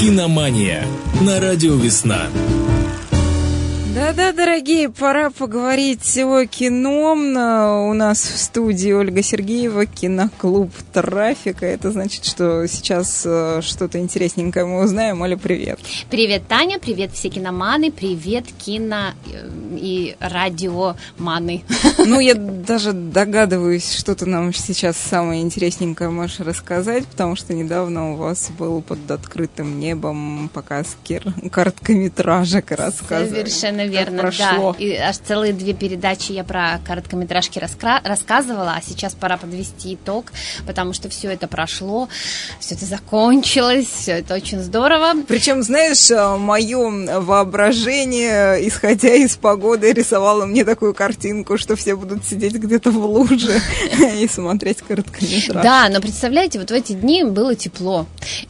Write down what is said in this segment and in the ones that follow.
Киномания на радио «Весна». Да-да, дорогие, пора поговорить о кино. У нас в студии Ольга Сергеева, киноклуб «Трафик». Это значит, что сейчас что-то интересненькое мы узнаем. Оля, привет. Привет, Таня, привет все киноманы, привет кино и радиоманы. Ну, я даже догадываюсь, что ты нам сейчас самое интересненькое можешь рассказать, потому что недавно у вас был под открытым небом показ короткометражек и рассказов. Совершенно верно, да. И аж целые 2 передачи я про короткометражки рассказывала, а сейчас пора подвести итог, потому что все это прошло, все это закончилось, все это очень здорово. Причем, знаешь, мое воображение, исходя из погоды, рисовало мне такую картинку, что все будут сидеть где-то в луже и смотреть короткометражки. Да, но представляете, вот в эти дни было тепло,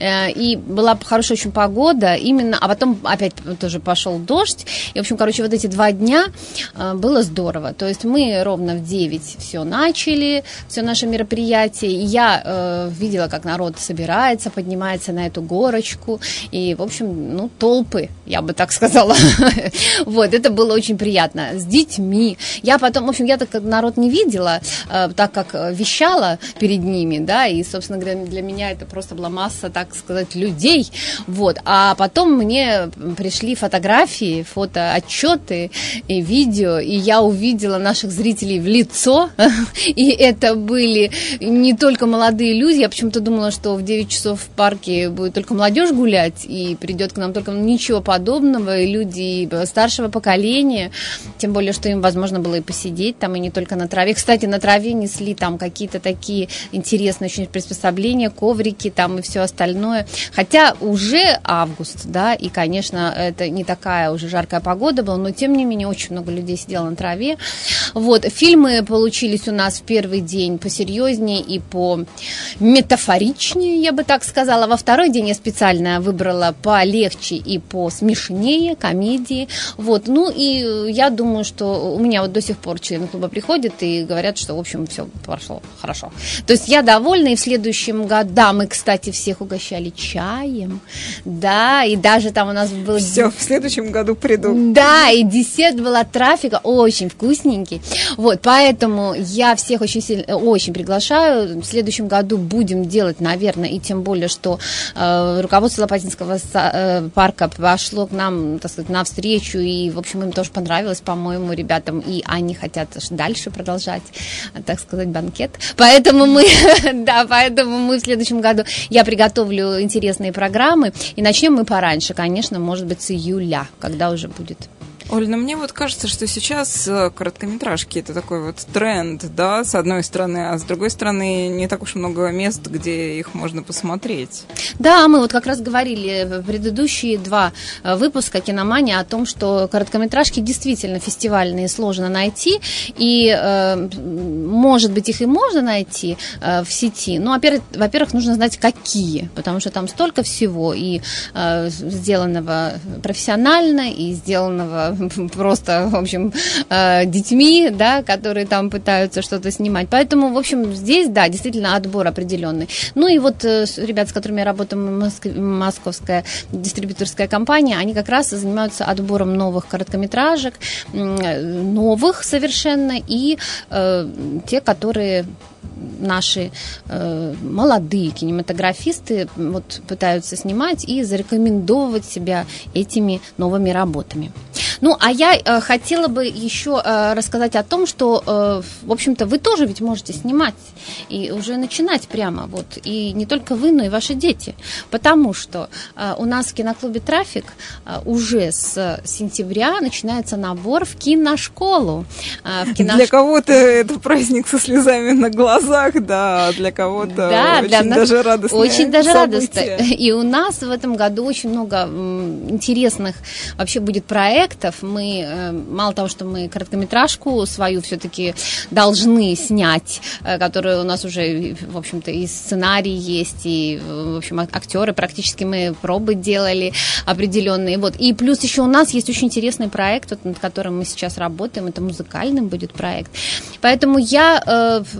и была хорошая очень погода, именно, а потом опять тоже пошел дождь, и, в общем, вот эти 2 дня было здорово. То есть мы ровно в 9 все начали, все наше мероприятие. И я видела, как народ собирается, поднимается на эту горочку. И, в общем, толпы, я бы так сказала. Вот, это было очень приятно. С детьми. Я потом, в общем, я так народ не видела, так как вещала перед ними, да, и, собственно говоря, для меня это просто была масса, так сказать, людей. Вот. А потом мне пришли фотографии, фотоотчеты и видео, и я увидела наших зрителей в лицо, и это были не только молодые люди, я почему-то думала, что в 9 часов в парке будет только молодежь гулять, и придет к нам только ничего подобного, и люди старшего поколения, тем более, что им возможно было и посидеть там, и не только на траве. Кстати, на траве несли там какие-то такие интересные очень приспособления, коврики там и все остальное, хотя уже август, да, и, конечно, это не такая уже жаркая погода была, но тем не менее очень много людей сидело на траве. Вот, фильмы получились у нас в первый день посерьезнее и пометафоричнее, я бы так сказала. Во второй день я специально выбрала полегче и посмешнее комедии. Вот, ну и я думаю, что у меня вот до сих пор члены клуба приходят и говорят, что, в общем, все прошло хорошо. То есть я довольна, и в следующем году, да, мы, кстати, всех угощали чаем, да, и даже там у нас был... Все, в следующем году приду. Да, и десерт был от трафика, очень вкусненький. Вот, поэтому я всех очень приглашаю. В следующем году будем делать, наверное, и тем более, что руководство Лопатинского парка пошло к нам, так сказать, навстречу, и, в общем, им тоже понравилось, по-моему, ребятам, и они хотят дальше продолжать, так сказать, банкет. Поэтому мы в следующем году я приготовлю интересные программы, и начнем мы пораньше, конечно, может быть, с июля, когда уже будет. Оль, ну мне вот кажется, что сейчас короткометражки — это такой вот тренд, да, с одной стороны, а с другой стороны не так уж много мест, где их можно посмотреть. Да, мы вот как раз говорили в предыдущие 2 выпуска «Киномания» о том, что короткометражки действительно фестивальные сложно найти, и, может быть, их и можно найти в сети, но, во-первых, нужно знать, какие, потому что там столько всего, и сделанного профессионально, и сделанного просто, в общем, детьми, да, которые там пытаются что-то снимать. Поэтому, в общем, здесь, да, действительно отбор определенный. Ну и вот ребята, с которыми я работаю, московская дистрибьюторская компания, они как раз занимаются отбором новых короткометражек, новых совершенно, и те, которые наши молодые кинематографисты вот пытаются снимать и зарекомендовывать себя этими новыми работами. Ну, а я хотела бы еще рассказать о том, что, в общем-то, вы тоже ведь можете снимать и уже начинать прямо, вот, и не только вы, но и ваши дети, потому что у нас в киноклубе «Трафик» уже с сентября начинается набор в киношколу. Для кого-то это праздник со слезами на глазах, да, для кого-то очень даже радостное очень даже радостно. И у нас в этом году очень много интересных вообще будет проектов. Мы, мало того, что мы короткометражку свою все-таки должны снять, которая у нас уже, в общем-то, и сценарий есть, и, в общем, актеры, практически мы пробы делали определенные. Вот. И плюс еще у нас есть очень интересный проект, над которым мы сейчас работаем, это музыкальный будет проект. Поэтому я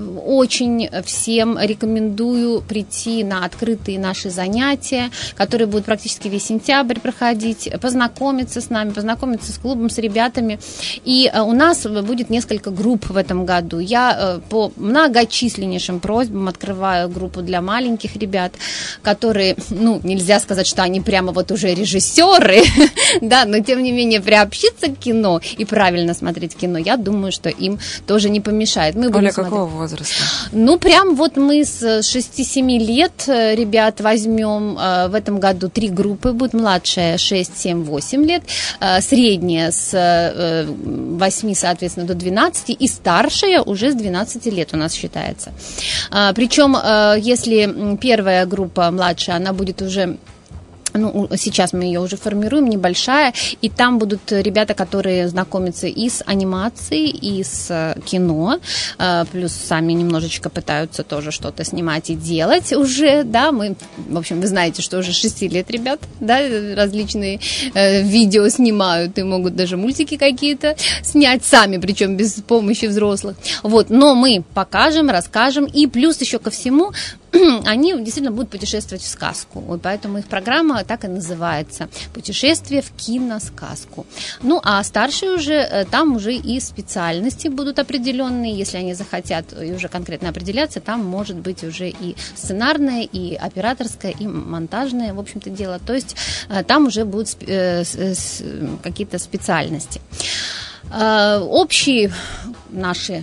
очень всем рекомендую прийти на открытые наши занятия, которые будут практически весь сентябрь проходить, познакомиться с нами, познакомиться с клубом, с ребятами. И у нас будет несколько групп в этом году. Я по многочисленнейшим просьбам открываю группу для маленьких ребят, которые, нельзя сказать, что они прямо вот уже режиссеры, да, но тем не менее приобщиться к кино и правильно смотреть кино, я думаю, что им тоже не помешает. Мы Оля, какого возраста? Прям вот мы с 6-7 лет ребят возьмем. В этом году 3 группы будут. Младшая 6, 7, 8 лет, средняя с 8, соответственно, до 12, и старшая уже с 12 лет у нас считается. Причем, если первая группа младшая, она будет уже... сейчас мы ее уже формируем, небольшая, и там будут ребята, которые знакомятся и с анимацией, и с кино, плюс сами немножечко пытаются тоже что-то снимать и делать уже, да, в общем, вы знаете, что уже 6 лет ребят, да, различные видео снимают и могут даже мультики какие-то снять сами, причем без помощи взрослых, но мы покажем, расскажем, и плюс еще ко всему, они действительно будут путешествовать в сказку. Поэтому их программа так и называется «Путешествие в киносказку». А старшие уже, там уже и специальности будут определенные, если они захотят и уже конкретно определяться, там может быть уже и сценарное, и операторское, и монтажное, в общем-то, дело. То есть там уже будут какие-то специальности. Общие наше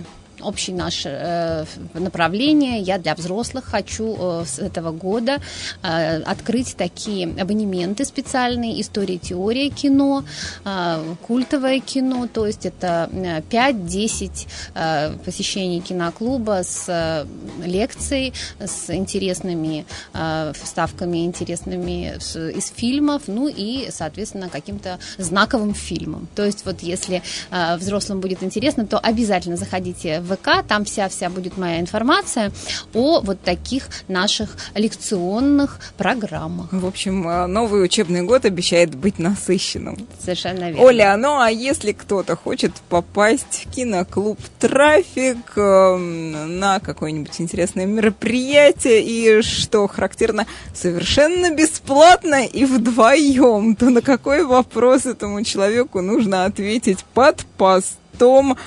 направление я для взрослых хочу с этого года открыть такие абонементы специальные: история, теория кино, культовое кино, то есть это 5-10 посещений киноклуба с лекцией, с интересными вставками, интересными из фильмов, и, соответственно, каким-то знаковым фильмом. То есть вот если взрослым будет интересно, то обязательно заходите в ВК, там вся будет моя информация о вот таких наших лекционных программах. В общем, новый учебный год обещает быть насыщенным. Совершенно верно. Оля, а если кто-то хочет попасть в киноклуб «Трафик» на какое-нибудь интересное мероприятие, и, что характерно, совершенно бесплатно и вдвоем, то на какой вопрос этому человеку нужно ответить под постом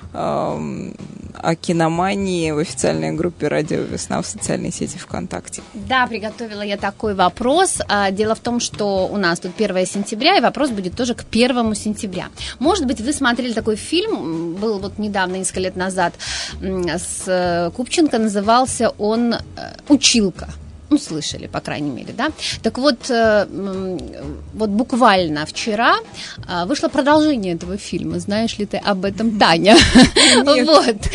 о киномании в официальной группе «Радио Весна» в социальной сети ВКонтакте? Да, приготовила я такой вопрос. Дело в том, что у нас тут 1 сентября, и вопрос будет тоже к 1 сентября. Может быть, вы смотрели такой фильм, был вот недавно, несколько лет назад, с Купченко, назывался он «Училка». Слышали, по крайней мере, да. Так вот буквально вчера вышло продолжение этого фильма. Знаешь ли ты об этом, Таня? Нет,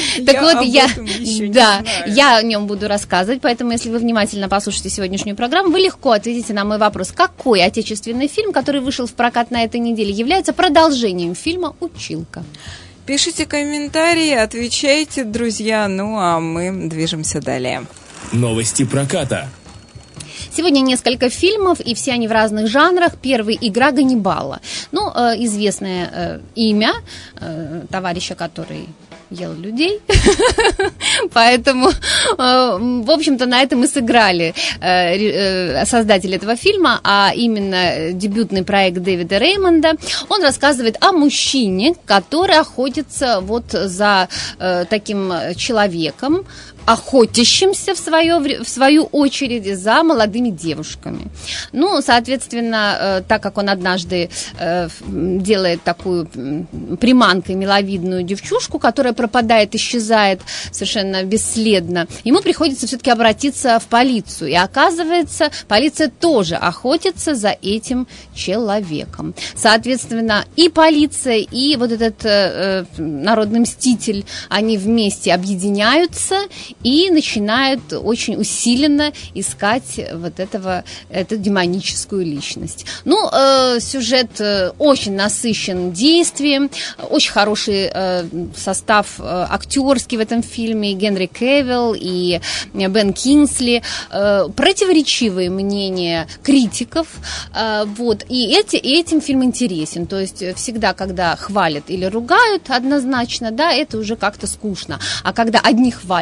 я о нем буду рассказывать, поэтому, если вы внимательно послушаете сегодняшнюю программу, вы легко ответите на мой вопрос: какой отечественный фильм, который вышел в прокат на этой неделе, является продолжением фильма «Училка»? Пишите комментарии, отвечайте, друзья, а мы движемся далее. Новости проката. Сегодня несколько фильмов, и все они в разных жанрах. Первый — «Игра Ганнибала». Известное имя товарища, который ел людей. Поэтому, в общем-то, на этом и сыграли создатели этого фильма, а именно дебютный проект Дэвида Реймонда. Он рассказывает о мужчине, который охотится за таким человеком, охотящимся в свою очередь за молодыми девушками. Соответственно, так как он однажды делает такую приманкой миловидную девчушку, которая пропадает, исчезает совершенно бесследно, ему приходится все-таки обратиться в полицию. И оказывается, полиция тоже охотится за этим человеком. Соответственно, и полиция, и вот этот народный мститель, они вместе объединяются и начинают очень усиленно искать эту демоническую личность. Сюжет очень насыщен действием, очень хороший состав актерский в этом фильме: и Генри Кевилл, и Бен Кинсли, противоречивые мнения критиков, и этим фильм интересен. То есть всегда, когда хвалят или ругают однозначно, да, это уже как-то скучно. А когда одни хвалят, а другие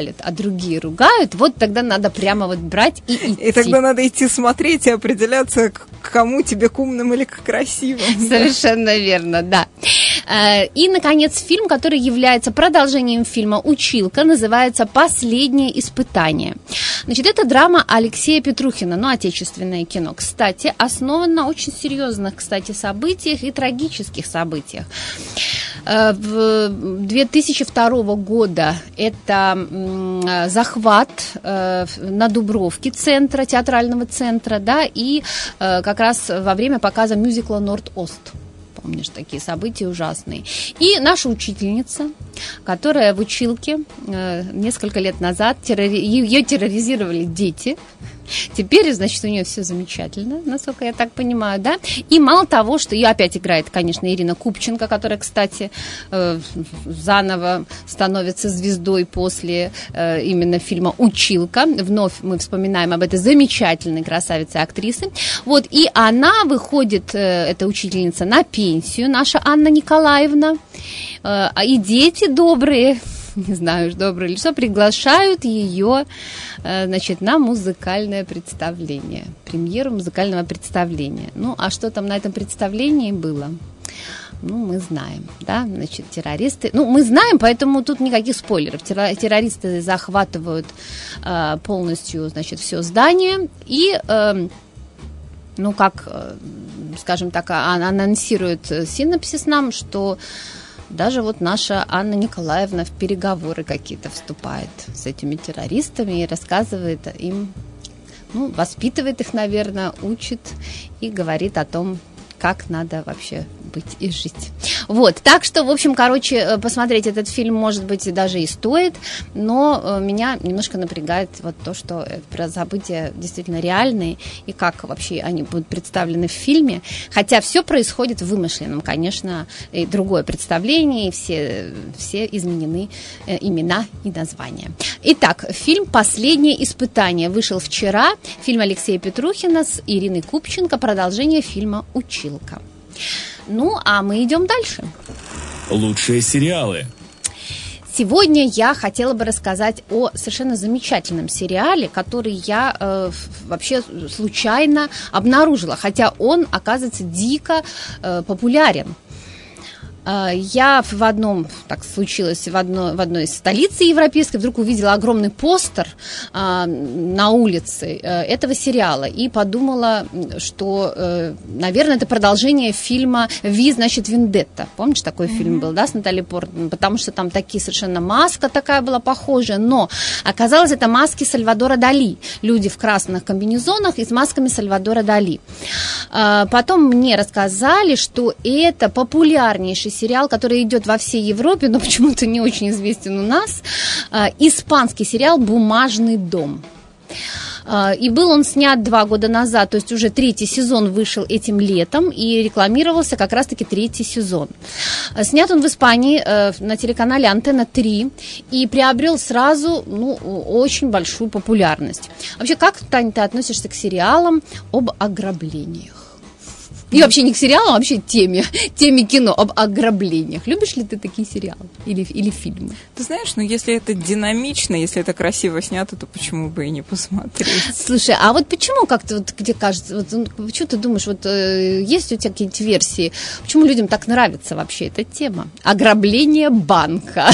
другие ругают, вот тогда надо прямо вот брать и идти. И тогда надо идти смотреть и определяться, к кому тебе к умным или к красивым. Совершенно верно, да. И, наконец, фильм, который является продолжением фильма «Училка», называется «Последнее испытание». Значит, это драма Алексея Петрухина, отечественное кино. Кстати, основан на очень серьезных, событиях и трагических событиях. В 2002 года это захват на Дубровке центра, театрального центра, да, и как раз во время показа мюзикла «Норд-Ост». Помнишь, такие события ужасные. И наша учительница, которая в училке несколько лет назад, ее терроризировали дети. Теперь, значит, у нее все замечательно, насколько я так понимаю, да. И мало того, что ее опять играет, конечно, Ирина Купченко, которая, кстати, заново становится звездой после именно фильма «Училка». Вновь мы вспоминаем об этой замечательной красавице-актрисе. Вот, и она выходит, эта учительница, на пенсию, наша Анна Николаевна. И дети добрые, не знаю, доброе ли что, приглашают ее, значит, на музыкальное представление, премьеру музыкального представления. Ну, а что там на этом представлении было? Ну, мы знаем, да, значит, террористы, мы знаем, поэтому тут никаких спойлеров. Террористы захватывают полностью, значит, все здание и, скажем так, анонсирует синопсис нам, что даже вот наша Анна Николаевна в переговоры какие-то вступает с этими террористами и рассказывает им, воспитывает их, наверное, учит и говорит о том, как надо вообще быть и жить. Вот, так что, в общем, посмотреть этот фильм, может быть, даже и стоит, но меня немножко напрягает вот то, что события действительно реальные, и как вообще они будут представлены в фильме, хотя все происходит в вымышленном, конечно, и другое представление, и все изменены имена и названия. Итак, фильм «Последнее испытание» вышел вчера, фильм Алексея Петрухина с Ириной Купченко, продолжение фильма «Училка». А мы идем дальше. Лучшие сериалы. Сегодня я хотела бы рассказать о совершенно замечательном сериале, который я вообще случайно обнаружила, хотя он, оказывается, дико популярен. Я в одной из столиц европейской вдруг увидела огромный постер на улице этого сериала и подумала, что, наверное, это продолжение фильма «Ви, значит, Вендетта». Помнишь, такой фильм был, да, с Натали Портман? Потому что там совершенно маска такая была похожая, но оказалось, это маски Сальвадора Дали. Люди в красных комбинезонах и с масками Сальвадора Дали. Потом мне рассказали, что это популярнейший сериал, который идет во всей Европе, но почему-то не очень известен у нас. Испанский сериал «Бумажный дом». И был он снят 2 года назад, то есть уже 3-й сезон вышел этим летом и рекламировался как раз-таки 3-й сезон. Снят он в Испании на телеканале «Антенна 3» и приобрел сразу очень большую популярность. Вообще, как, Таня, ты относишься к сериалам об ограблениях? И вообще не к сериалам, а вообще теме кино об ограблениях. Любишь ли ты такие сериалы или фильмы? Ты знаешь, если это динамично, если это красиво снято, то почему бы и не посмотреть? Слушай, а вот почему как-то тебе кажется, почему ты думаешь, есть у тебя какие-то версии, почему людям так нравится вообще эта тема? Ограбление банка.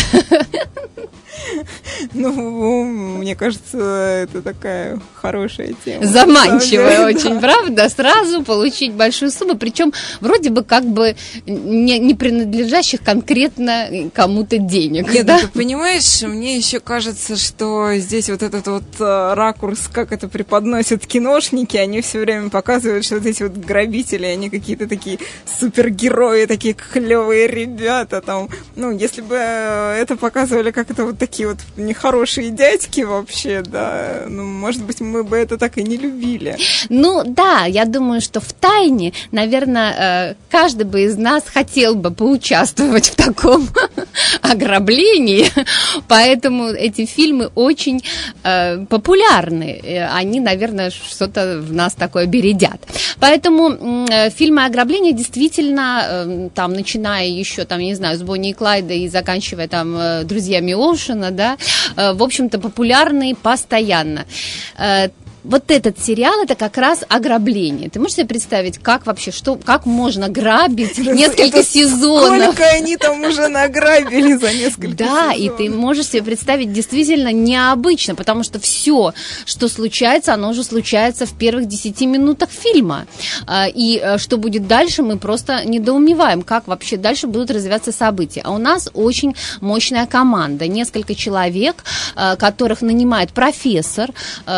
Мне кажется, это такая хорошая тема. Заманчивая очень, правда? Сразу получить большую сумму, причем вроде бы не принадлежащих конкретно кому-то денег. Нет, да? Ты понимаешь, мне еще кажется, что здесь этот ракурс, как это преподносят киношники, они все время показывают, что эти грабители, они какие-то такие супергерои, такие клевые ребята. Если бы это показывали как это такие нехорошие дядьки вообще, да, может быть, мы бы это так и не любили. Да, я думаю, что втайне, наверное, каждый бы из нас хотел бы поучаствовать в таком ограблении, поэтому эти фильмы очень популярны, они, наверное, что-то в нас такое бередят. Поэтому фильмы о ограблении действительно, начиная еще, я не знаю, с Бонни и Клайда и заканчивая «Друзьями Оушена», Оушена, да, в общем-то, популярный постоянно. Вот этот сериал, это как раз ограбление. Ты можешь себе представить, как вообще, как можно грабить несколько сезонов? Сколько они там уже награбили за несколько сезонов. Да, и ты можешь себе представить действительно необычно, потому что все, что случается, оно уже случается в первых 10 минутах фильма. И что будет дальше, мы просто недоумеваем, как вообще дальше будут развиваться события. А у нас очень мощная команда, несколько человек, которых нанимает профессор,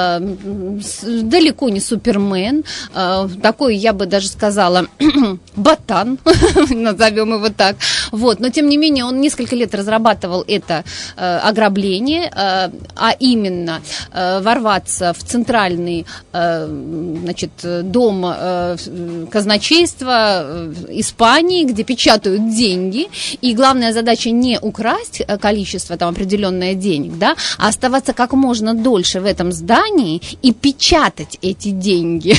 далеко не Супермен, такой, я бы даже сказала, ботан, назовем его так. Вот. Но, тем не менее, он несколько лет разрабатывал это ограбление, а именно ворваться в центральный, значит, дом казначейства Испании, где печатают деньги, и главная задача не украсть количество там определенное денег, да, а оставаться как можно дольше в этом здании и печатать эти деньги.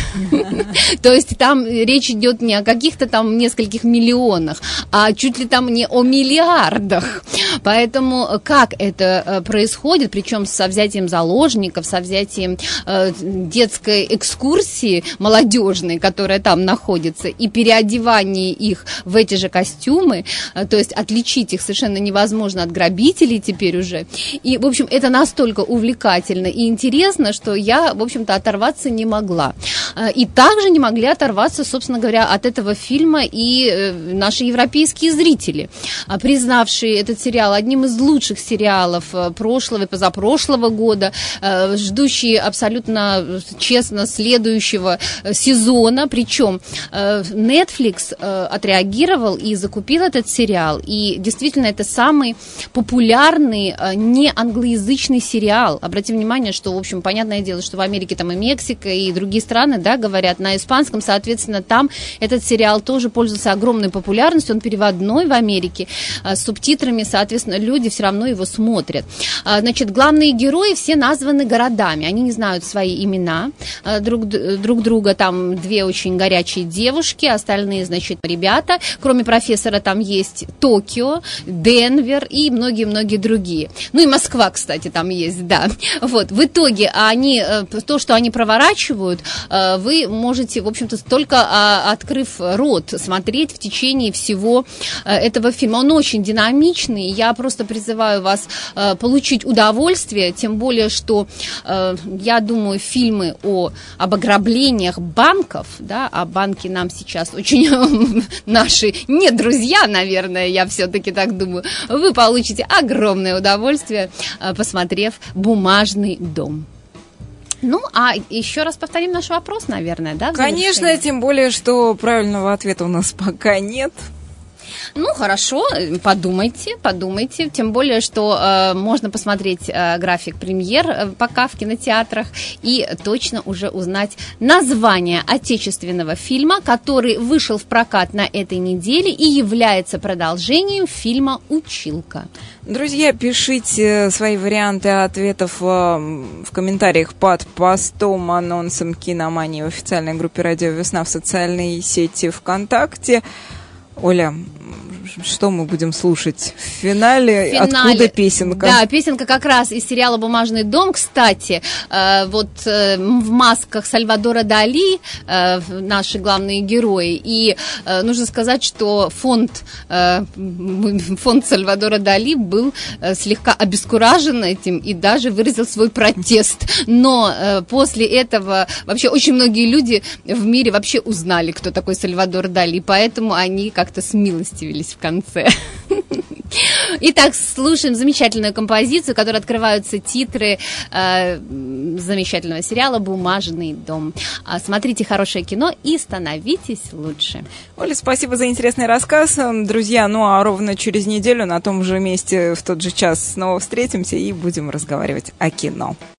То есть там речь идет не о каких-то там нескольких миллионах, а чуть ли там не о миллиардах. Поэтому как это происходит, причем со взятием заложников, со взятием детской экскурсии молодежной, которая там находится, и переодевание их в эти же костюмы, то есть отличить их совершенно невозможно от грабителей теперь уже. И, в общем, это настолько увлекательно и интересно, что я, в общем-то, оторваться не могла. И также не могли оторваться, собственно говоря, от этого фильма и наши европейские зрители, признавшие этот сериал одним из лучших сериалов прошлого и позапрошлого года, ждущие абсолютно честно следующего сезона. Причем Netflix отреагировал и закупил этот сериал. И действительно, это самый популярный не англоязычный сериал. Обратите внимание, что, в общем, понятное дело, что в Америке там и Мексика, и другие страны, да, говорят на испанском, соответственно, там этот сериал тоже пользуется огромной популярностью, он переводной в Америке, с субтитрами, соответственно, люди все равно его смотрят. Значит, главные герои все названы городами, они не знают свои имена друг друга, там две очень горячие девушки, остальные, значит, ребята, кроме профессора там есть Токио, Денвер и многие-многие другие. Ну и Москва, кстати, там есть, да. Вот, в итоге то, что они проворачивают, вы можете, в общем-то, только открыв рот, смотреть в течение всего этого фильма. Он очень динамичный, я просто призываю вас получить удовольствие, тем более, что, я думаю, фильмы об ограблениях банков, да, а банки нам сейчас очень наши не друзья, наверное, я все-таки так думаю, вы получите огромное удовольствие, посмотрев «Бумажный дом». Ну, а еще раз повторим наш вопрос, наверное, да? Конечно, тем более, что правильного ответа у нас пока нет. Ну, хорошо, подумайте, тем более, что можно посмотреть график премьер пока в кинотеатрах и точно уже узнать название отечественного фильма, который вышел в прокат на этой неделе и является продолжением фильма «Училка». Друзья, пишите свои варианты ответов в комментариях под постом, анонсом «Киномании» в официальной группе «Радио Весна» в социальной сети ВКонтакте. Оля, что мы будем слушать в финале? Откуда песенка? Да, песенка как раз из сериала «Бумажный дом». Кстати, вот в масках Сальвадора Дали наши главные герои. И нужно сказать, что фонд Сальвадора Дали был слегка обескуражен этим и даже выразил свой протест. Но после этого вообще очень многие люди в мире вообще узнали, кто такой Сальвадор Дали, поэтому они как-то смилостивились в конце. Итак, слушаем замечательную композицию, которой открываются титры замечательного сериала «Бумажный дом». Смотрите хорошее кино и становитесь лучше. Оля, спасибо за интересный рассказ. Друзья, ну а ровно через неделю на том же месте в тот же час снова встретимся и будем разговаривать о кино.